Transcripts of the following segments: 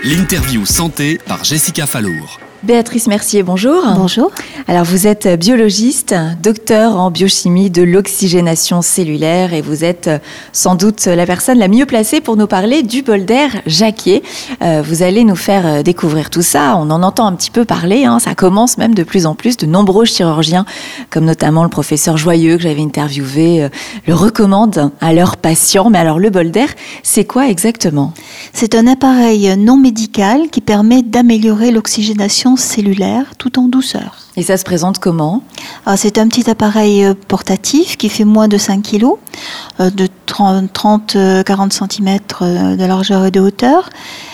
L'interview santé par Jessica Fallour. Béatrice Mercier, bonjour. Bonjour. Alors vous êtes biologiste, docteur en biochimie de l'oxygénation cellulaire et vous êtes sans doute la personne la mieux placée pour nous parler du bol d'air Jacquier. Vous allez nous faire découvrir tout ça, on en entend un petit peu parler, ça commence même de plus en plus. De nombreux chirurgiens, comme notamment le professeur Joyeux que j'avais interviewé, le recommandent à leurs patients. Mais alors le bol d'air, c'est quoi exactement ? C'est un appareil non médical qui permet d'améliorer l'oxygénation cellulaire tout en douceur. Et ça se présente comment ? Alors, c'est un petit appareil portatif qui fait moins de 5 kg, de 30-40 cm de largeur et de hauteur.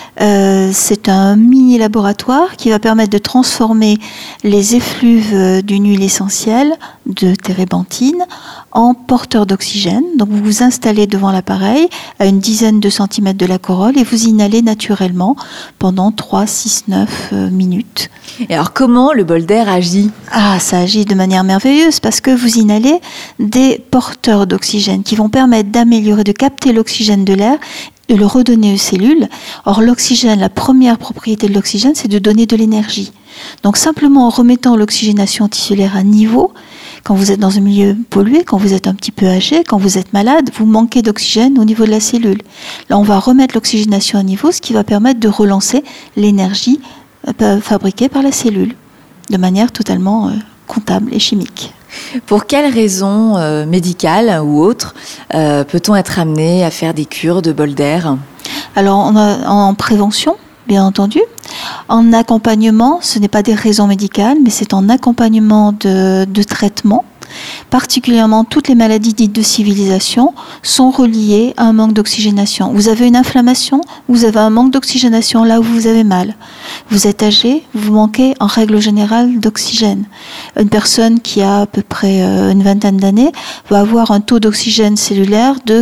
C'est un mini laboratoire qui va permettre de transformer les effluves d'une huile essentielle de térébenthine en porteur d'oxygène. Donc vous vous installez devant l'appareil à une dizaine de centimètres de la corolle et vous inhalez naturellement pendant 3, 6, 9 minutes. Et alors comment le bol d'air agit ? Ça agit de manière merveilleuse parce que vous inhalez des porteurs d'oxygène qui vont permettre d'améliorer, de capter l'oxygène de l'air, de le redonner aux cellules. Or, l'oxygène, la première propriété de l'oxygène, c'est de donner de l'énergie. Donc, simplement en remettant l'oxygénation tissulaire à niveau, quand vous êtes dans un milieu pollué, quand vous êtes un petit peu âgé, quand vous êtes malade, vous manquez d'oxygène au niveau de la cellule. Là, on va remettre l'oxygénation à niveau, ce qui va permettre de relancer l'énergie fabriquée par la cellule, de manière totalement comptable et chimique. Pour quelles raisons médicales ou autres peut-on être amené à faire des cures de bol d'air ? Alors, en prévention, bien entendu. En accompagnement, ce n'est pas des raisons médicales, mais c'est en accompagnement de traitement. Particulièrement, toutes les maladies dites de civilisation sont reliées à un manque d'oxygénation. Vous avez une inflammation, vous avez un manque d'oxygénation là où vous avez mal. Vous êtes âgé, vous manquez en règle générale d'oxygène. Une personne qui a à peu près une vingtaine d'années va avoir un taux d'oxygène cellulaire de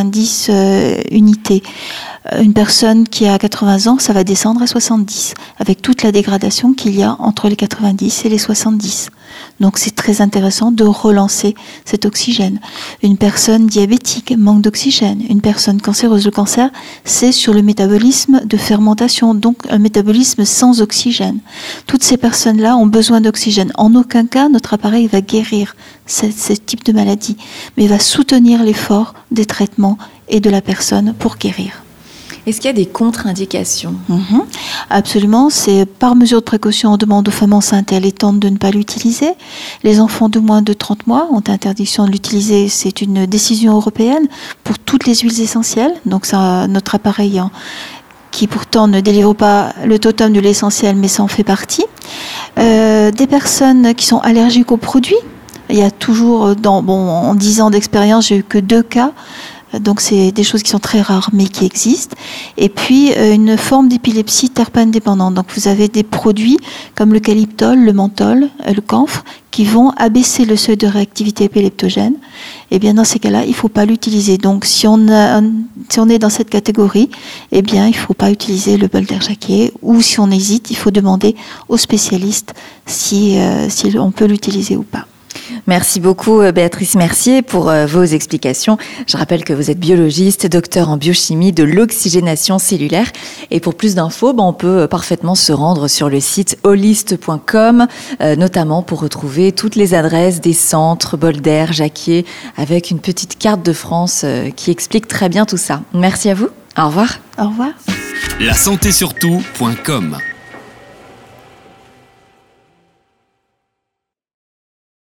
90 unités. Une personne qui a 80 ans, ça va descendre à 70, avec toute la dégradation qu'il y a entre les 90 et les 70. Donc c'est très intéressant de relancer cet oxygène. Une personne diabétique manque d'oxygène. Une personne cancéreuse, le cancer, c'est sur le métabolisme de fermentation, donc un métabolisme sans oxygène. Toutes ces personnes-là ont besoin d'oxygène. En aucun cas, notre appareil va guérir ce type de maladie, mais va soutenir l'effort des traitements et de la personne pour guérir. Est-ce qu'il y a des contre-indications ? Absolument, c'est par mesure de précaution, on demande aux femmes enceintes et allaitantes de ne pas l'utiliser. Les enfants de moins de 30 mois ont interdiction de l'utiliser, c'est une décision européenne pour toutes les huiles essentielles. Donc ça, notre appareil qui pourtant ne délivre pas le totem de l'essentiel, mais ça en fait partie. Des personnes qui sont allergiques aux produits, il y a toujours, en 10 ans d'expérience, j'ai eu que 2 cas. Donc c'est des choses qui sont très rares mais qui existent. Et puis une forme d'épilepsie terpène dépendante. Donc vous avez des produits comme le calyptol, le menthol, le camphre qui vont abaisser le seuil de réactivité épileptogène. Et bien dans ces cas-là, il ne faut pas l'utiliser. Donc si on est dans cette catégorie, eh bien il ne faut pas utiliser le bol d'air Jacquier. Ou si on hésite, il faut demander aux spécialistes si on peut l'utiliser ou pas. Merci beaucoup Béatrice Mercier pour vos explications. Je rappelle que vous êtes biologiste, docteur en biochimie de l'oxygénation cellulaire. Et pour plus d'infos, on peut parfaitement se rendre sur le site holist.com, notamment pour retrouver toutes les adresses des centres bol d'air Jacquier avec une petite carte de France qui explique très bien tout ça. Merci à vous. Au revoir. Au revoir. lasantésurtout.com